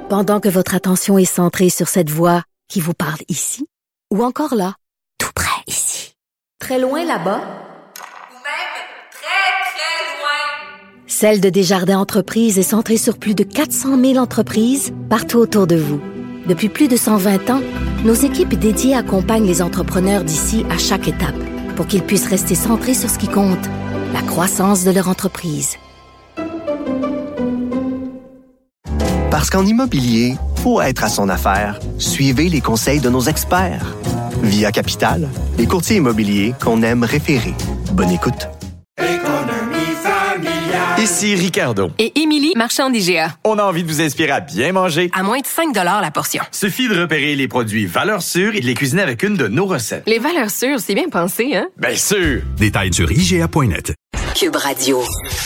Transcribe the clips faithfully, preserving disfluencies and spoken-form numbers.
Pendant que votre attention est centrée sur cette voix qui vous parle ici, ou encore là, tout près ici, très loin là-bas, ou même très, très loin. Celle de Desjardins Entreprises est centrée sur plus de quatre cent mille entreprises partout autour de vous. Depuis plus de cent vingt ans, nos équipes dédiées accompagnent les entrepreneurs d'ici à chaque étape pour qu'ils puissent rester centrés sur ce qui compte, la croissance de leur entreprise. Parce qu'en immobilier, pour être à son affaire, suivez les conseils de nos experts. Via Capital, les courtiers immobiliers qu'on aime référer. Bonne écoute. Ici Ricardo. Et Émilie, marchand d'I G A. On a envie de vous inspirer à bien manger. À moins de cinq dollars la portion. Suffit de repérer les produits valeurs sûres et de les cuisiner avec une de nos recettes. Les valeurs sûres, c'est bien pensé, hein? Bien sûr! Détails sur I G A point net. Cube Radio.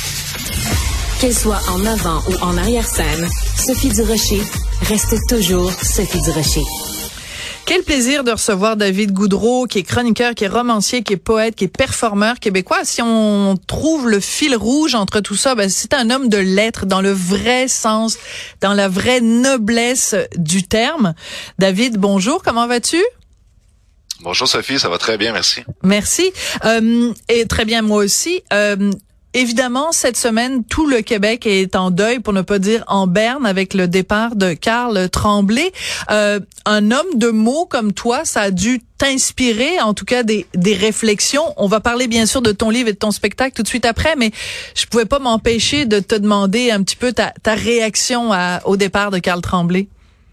Qu'elle soit en avant ou en arrière-scène, Sophie Durocher reste toujours Sophie Durocher. Quel plaisir de recevoir David Goudreau, qui est chroniqueur, qui est romancier, qui est poète, qui est performeur québécois. Si on trouve le fil rouge entre tout ça, ben c'est un homme de lettres dans le vrai sens, dans la vraie noblesse du terme. David, bonjour, comment vas-tu? Bonjour Sophie, ça va très bien, merci. Merci. Euh, et très bien, moi aussi. Euh, Évidemment, cette semaine, tout le Québec est en deuil, pour ne pas dire en berne, avec le départ de Carl Tremblay. Euh, un homme de mots comme toi, ça a dû t'inspirer, en tout cas des, des réflexions. On va parler bien sûr de ton livre et de ton spectacle tout de suite après, mais je pouvais pas m'empêcher de te demander un petit peu ta, ta réaction à, au départ de Carl Tremblay.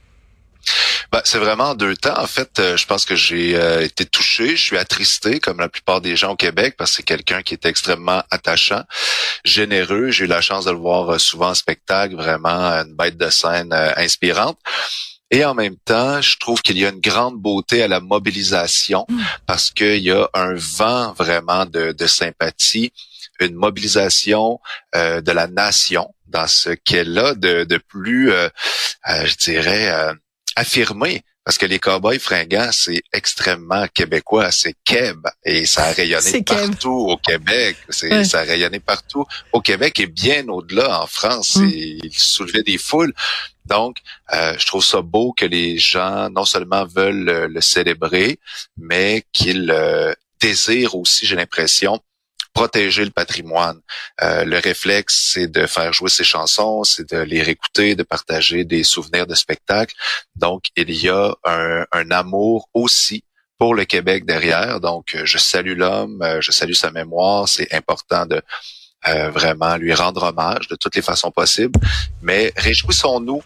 Ben, c'est vraiment en deux temps. En fait, euh, je pense que j'ai euh, été touché, je suis attristé, comme la plupart des gens au Québec, parce que c'est quelqu'un qui est extrêmement attachant, généreux. J'ai eu la chance de le voir euh, souvent en spectacle, vraiment une bête de scène euh, inspirante. Et en même temps, je trouve qu'il y a une grande beauté à la mobilisation, parce qu'il y a un vent vraiment de, de sympathie, une mobilisation euh, de la nation dans ce qu'elle a de, de plus, euh, euh, je dirais... Euh, affirmé, parce que les cow-boys fringants, c'est extrêmement québécois, c'est Québ, et ça a rayonné partout au Québec, c'est, ouais. ça a rayonné partout au Québec et bien au-delà en France, mm. et il soulevait des foules. Donc, euh, je trouve ça beau que les gens non seulement veulent le, le célébrer, mais qu'ils euh, désirent aussi, j'ai l'impression, protéger le patrimoine. Euh, le réflexe, c'est de faire jouer ses chansons, c'est de les réécouter, de partager des souvenirs de spectacles. Donc, il y a un, un amour aussi pour le Québec derrière. Donc, je salue l'homme, je salue sa mémoire. C'est important de euh, vraiment lui rendre hommage de toutes les façons possibles. Mais réjouissons-nous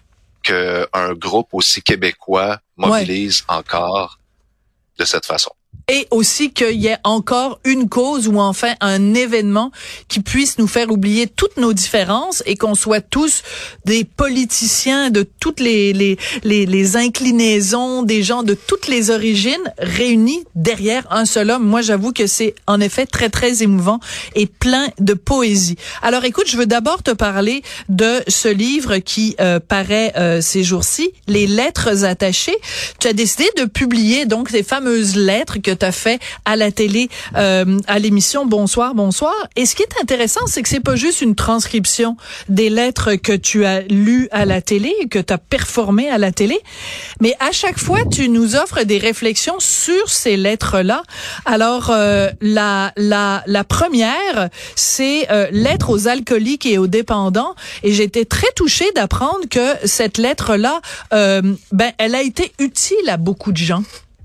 qu'un groupe aussi québécois mobilise ouais. encore de cette façon. Et aussi qu'il y ait encore une cause ou enfin un événement qui puisse nous faire oublier toutes nos différences et qu'on soit tous des politiciens de toutes les, les, les, les inclinaisons, des gens de toutes les origines réunis derrière un seul homme. Moi, j'avoue que c'est en effet très, très émouvant et plein de poésie. Alors, écoute, je veux d'abord te parler de ce livre qui euh, paraît euh, ces jours-ci, Les lettres attachées. Tu as décidé de publier donc ces fameuses lettres que tu as fait à la télé, euh, à l'émission Bonsoir, Bonsoir. Et ce qui est intéressant, c'est que c'est pas juste une transcription des lettres que tu as lues à la télé, que tu as performées à la télé, mais à chaque fois, tu nous offres des réflexions sur ces lettres-là. Alors, euh, la, la, la première, c'est euh, Lettre aux alcooliques et aux dépendants. Et j'étais très touchée d'apprendre que cette lettre-là, euh, ben, elle a été utile à beaucoup de gens.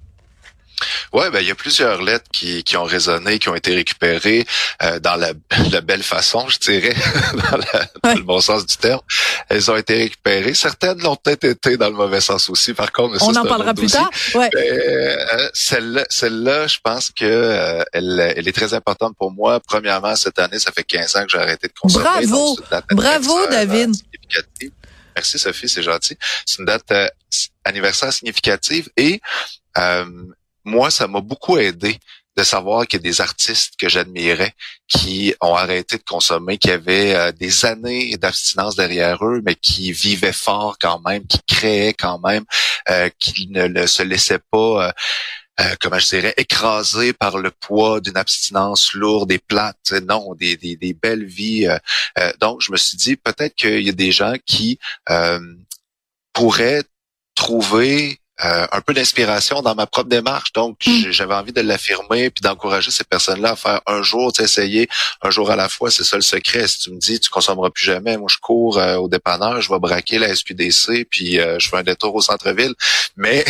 Ouais, ben il y a plusieurs lettres qui qui ont résonné, qui ont été récupérées euh, dans la, la belle façon, je dirais, dans, la, dans ouais. le bon sens du terme. Elles ont été récupérées. Certaines l'ont peut-être été dans le mauvais sens aussi. Par contre, mais ça, on en parlera plus tard. Ouais. Mais, euh, celle-là, celle-là, je pense que euh, elle, elle est très importante pour moi. Premièrement, cette année, ça fait quinze ans que j'ai arrêté de consommer. Bravo, bravo, David. Euh, Merci Sophie, c'est gentil. C'est une date euh, anniversaire significative et euh, moi, ça m'a beaucoup aidé de savoir qu'il y a des artistes que j'admirais qui ont arrêté de consommer, qui avaient euh, des années d'abstinence derrière eux, mais qui vivaient fort quand même, qui créaient quand même, euh, qui ne, ne se laissaient pas, euh, euh, comment je dirais, écraser par le poids d'une abstinence lourde et plate. Non, des, des, des belles vies. Euh, euh, donc, je me suis dit, peut-être qu'il y a des gens qui... Euh, pourrais trouver Euh, un peu d'inspiration dans ma propre démarche. Donc, mmh. j'avais envie de l'affirmer puis d'encourager ces personnes-là à faire un jour, tu sais, essayer un jour à la fois. C'est ça le secret. Si tu me dis, tu consommeras plus jamais, moi, je cours euh, au dépanneur, je vais braquer la S Q D C puis euh, je fais un détour au centre-ville. Mais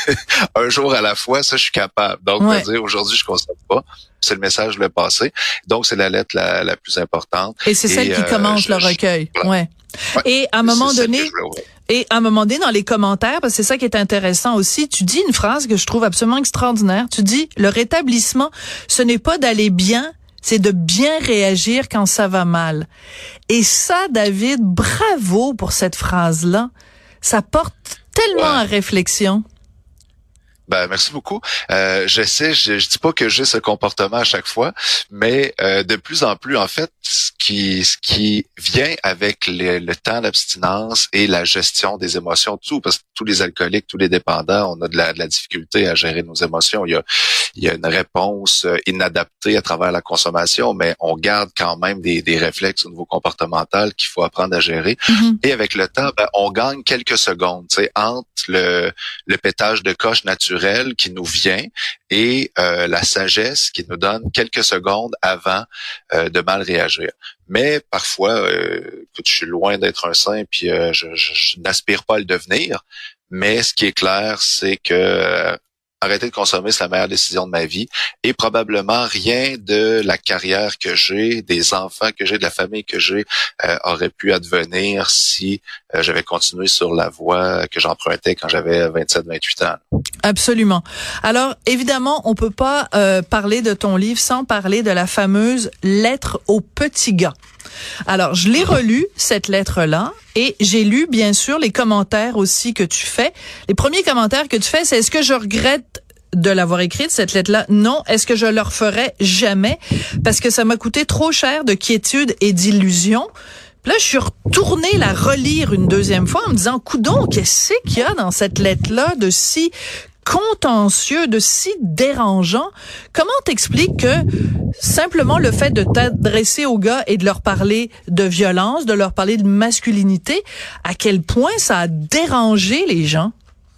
un jour à la fois, ça, je suis capable. Donc, ouais. me dire, aujourd'hui, je consomme pas. C'est le message le passé. Donc, c'est la lettre la, la plus importante. Et c'est celle Et, qui euh, commence je, le recueil. Je, voilà. ouais. ouais. Et à un moment donné... Et à un moment donné, dans les commentaires, parce que c'est ça qui est intéressant aussi, tu dis une phrase que je trouve absolument extraordinaire. Tu dis, le rétablissement, ce n'est pas d'aller bien, c'est de bien réagir quand ça va mal. Et ça, David, bravo pour cette phrase-là. Ça porte tellement ouais. à réflexion. Ben merci beaucoup. Euh, j'essaie, je, je dis pas que j'ai ce comportement à chaque fois, mais euh, de plus en plus, en fait, ce qui ce qui vient avec le, le temps d'abstinence et la gestion des émotions, tout, parce que tous les alcooliques, tous les dépendants, on a de la, de la difficulté à gérer nos émotions. Il y a il y a une réponse inadaptée à travers la consommation, mais on garde quand même des, des réflexes au niveau comportemental qu'il faut apprendre à gérer. Mm-hmm. Et avec le temps, ben, on gagne quelques secondes, tu sais, entre le le pétage de coche naturel qui nous vient et euh, la sagesse qui nous donne quelques secondes avant euh, de mal réagir. Mais parfois, euh, écoute, je suis loin d'être un saint puis euh, je, je, je n'aspire pas à le devenir. Mais ce qui est clair, c'est que euh, arrêter de consommer, c'est la meilleure décision de ma vie. Et probablement rien de la carrière que j'ai, des enfants que j'ai, de la famille que j'ai, euh, aurait pu advenir si euh, j'avais continué sur la voie que j'empruntais quand j'avais vingt-sept vingt-huit ans. Absolument. Alors, évidemment, on peut pas euh, parler de ton livre sans parler de la fameuse lettre au petit gars. Alors, je l'ai relu, cette lettre-là, et j'ai lu, bien sûr, les commentaires aussi que tu fais. Les premiers commentaires que tu fais, c'est « Est-ce que je regrette de l'avoir écrite, cette lettre-là? Non. Est-ce que je le referai? Jamais. Parce que ça m'a coûté trop cher de quiétude et d'illusion. » Puis là, je suis retournée la relire une deuxième fois en me disant « Coudon, qu'est-ce qu'il y a dans cette lettre-là de si contentieux, de si dérangeant? » Comment t'expliques que simplement le fait de t'adresser aux gars et de leur parler de violence, de leur parler de masculinité, à quel point ça a dérangé les gens?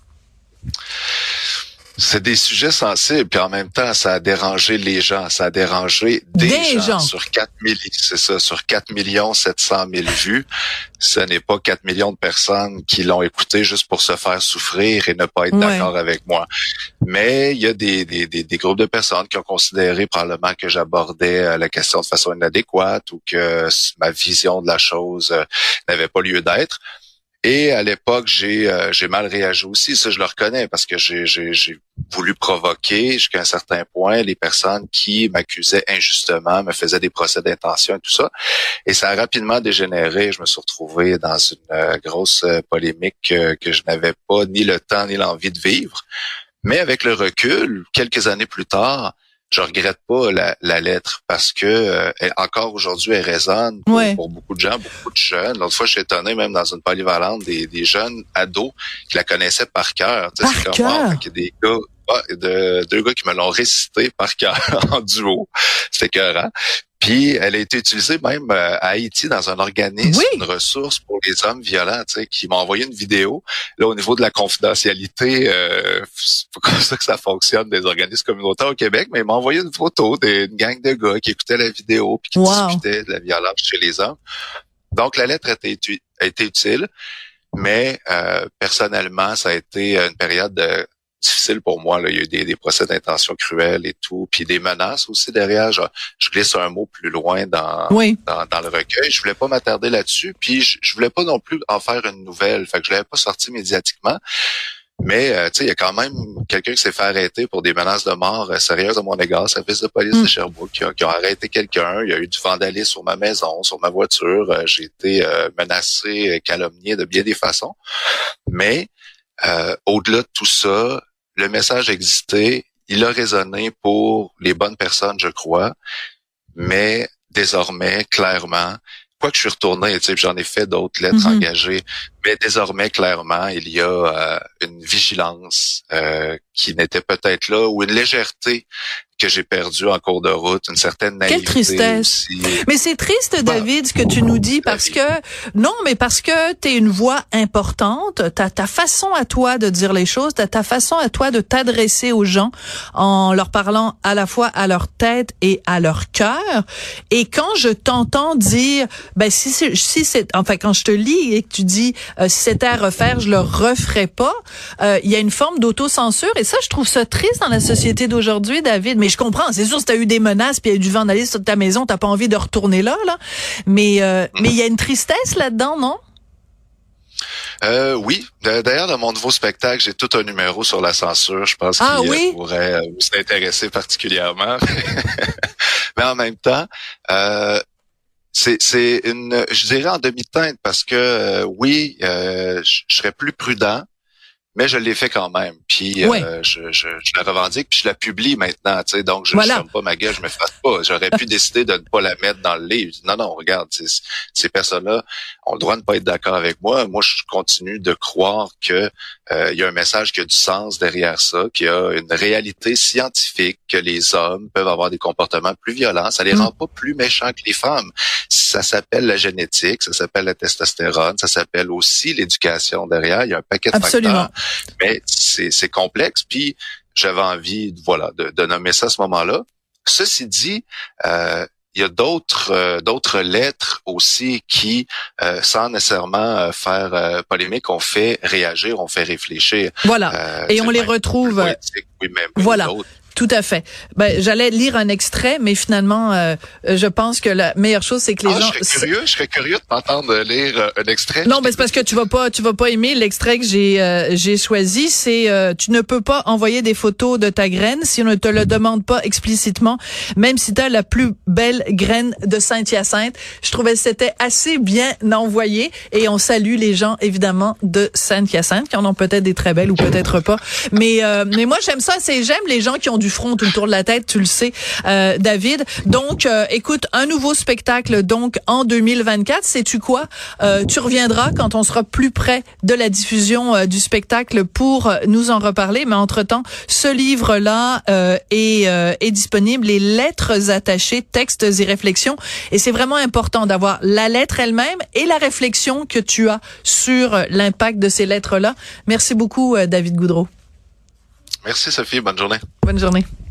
C'est des sujets sensibles, puis en même temps, ça a dérangé les gens. Ça a dérangé des, des gens. gens. Sur quatre millions, c'est ça, sur quatre millions sept cent mille vues. Ce n'est pas quatre millions de personnes qui l'ont écouté juste pour se faire souffrir et ne pas être ouais. d'accord avec moi. Mais il y a des, des, des, des groupes de personnes qui ont considéré probablement que j'abordais la question de façon inadéquate ou que ma vision de la chose n'avait pas lieu d'être. Et à l'époque, j'ai euh, j'ai mal réagi aussi, ça je le reconnais, parce que j'ai j'ai j'ai voulu provoquer jusqu'à un certain point les personnes qui m'accusaient injustement, me faisaient des procès d'intention et tout ça. Et ça a rapidement dégénéré. Je me suis retrouvé dans une euh, grosse euh, polémique euh, que je n'avais pas ni le temps ni l'envie de vivre. Mais avec le recul, quelques années plus tard, je regrette pas la, la lettre parce que euh, elle, encore aujourd'hui, elle résonne pour, ouais. pour beaucoup de gens, beaucoup de jeunes. L'autre fois, je suis étonné, même dans une polyvalente, des, des jeunes ados qui la connaissaient par cœur. Par c'est cœur? Comme, il y a des gars, ouais, de, deux gars qui me l'ont récité par cœur en duo. C'était écœurant. Puis, elle a été utilisée même à Haïti dans un organisme, oui. une ressource pour les hommes violents, tu sais, qui m'a envoyé une vidéo. Là, au niveau de la confidentialité, euh, c'est pas comme ça que ça fonctionne des organismes communautaires au Québec, mais il m'a envoyé une photo d'une gang de gars qui écoutaient la vidéo puis qui wow. discutaient de la violence chez les hommes. Donc, la lettre a été, a été utile, mais euh, personnellement, ça a été une période de difficile pour moi. Là. Il y a eu des, des procès d'intention cruels et tout, puis des menaces aussi derrière. Je, je glisse un mot plus loin dans, oui. dans dans le recueil. Je voulais pas m'attarder là-dessus, puis je, je voulais pas non plus en faire une nouvelle. Fait que je l'avais pas sorti médiatiquement. Mais euh, tu sais, il y a quand même quelqu'un qui s'est fait arrêter pour des menaces de mort euh, sérieuses à mon égard, service de police mm. de Sherbrooke, qui, a, qui ont arrêté quelqu'un. Il y a eu du vandalisme sur ma maison, sur ma voiture. Euh, j'ai été euh, menacé, calomnié de bien des façons. Mais euh, au-delà de tout ça, le message existait, il a résonné pour les bonnes personnes, je crois, mais désormais, clairement, quoi que je suis retourné, tu sais, j'en ai fait d'autres lettres mm-hmm. engagées, mais désormais, clairement, il y a euh, une vigilance euh, qui n'était peut-être là, ou une légèreté que j'ai perdu en cours de route, une certaine naïveté. Quelle tristesse. Aussi. Mais c'est triste, David, ce que tu nous dis, parce que, non, mais parce que t'es une voix importante, t'as ta façon à toi de dire les choses, t'as ta façon à toi de t'adresser aux gens en leur parlant à la fois à leur tête et à leur cœur. Et quand je t'entends dire, ben, si c'est, si c'est, enfin, quand je te lis et que tu dis, euh, si c'était à refaire, je le referais pas, euh, il y a une forme d'autocensure, et ça, je trouve ça triste dans la société d'aujourd'hui, David. Mais je comprends, c'est sûr, si t'as eu des menaces puis il y a eu du vandalisme sur ta maison, t'as pas envie de retourner là, là. Mais euh, mais il y a une tristesse là-dedans, non? Euh, oui. D'ailleurs, dans mon nouveau spectacle, j'ai tout un numéro sur la censure. Je pense ah, qu'il oui? pourrait vous intéresser particulièrement. Mais en même temps, euh, c'est c'est une, je dirais en demi-teinte, parce que euh, oui, euh, je, je serais plus prudent. Mais je l'ai fait quand même. Puis ouais. euh, je, je, je la revendique, puis je la publie maintenant. Tu sais, donc je ne voilà. ferme pas ma gueule, je me fasse pas. J'aurais pu décider de ne pas la mettre dans le livre. Non, non, regarde, ces, ces personnes-là ont le droit de ne pas être d'accord avec moi. Moi, je continue de croire que euh, il y a un message qui a du sens derrière ça, qu'il y a une réalité scientifique, que les hommes peuvent avoir des comportements plus violents. Ça les mmh. rend pas plus méchants que les femmes. Ça s'appelle la génétique, ça s'appelle la testostérone, ça s'appelle aussi l'éducation derrière. Il y a un paquet de Absolument. facteurs. Mais c'est, c'est complexe, puis j'avais envie, voilà, de, de nommer ça à ce moment-là. Ceci dit, euh, il y a d'autres euh, d'autres lettres aussi qui, euh, sans nécessairement euh, faire euh, polémique, ont fait réagir, ont fait réfléchir. Voilà. Euh, Et on les retrouve. Politique, oui, même voilà. D'autres. Tout à fait. Ben, j'allais lire un extrait, mais finalement, euh, je pense que la meilleure chose, c'est que les ah, gens. Je serais curieux, je serais curieux de t'entendre lire un extrait. Non, mais c'est parce que tu vas pas, tu vas pas aimer l'extrait que j'ai, euh, j'ai choisi. C'est, euh, tu ne peux pas envoyer des photos de ta graine si on ne te le demande pas explicitement, même si t'as la plus belle graine de Saint-Hyacinthe. Je trouvais que c'était assez bien envoyé, et on salue les gens évidemment de Saint-Hyacinthe qui en ont peut-être des très belles ou peut-être pas. Mais, euh, mais moi j'aime ça. C'est j'aime les gens qui ont du front tout le tour de la tête, tu le sais, euh, David. Donc, euh, écoute, un nouveau spectacle donc en deux mille vingt-quatre. Sais-tu quoi? Euh, tu reviendras quand on sera plus près de la diffusion euh, du spectacle pour euh, nous en reparler. Mais entre-temps, ce livre-là euh, est, euh, est disponible, les lettres attachées, textes et réflexions. Et c'est vraiment important d'avoir la lettre elle-même et la réflexion que tu as sur euh, l'impact de ces lettres-là. Merci beaucoup, euh, David Goudreau. Merci, Sophie. Bonne journée. Bonne journée.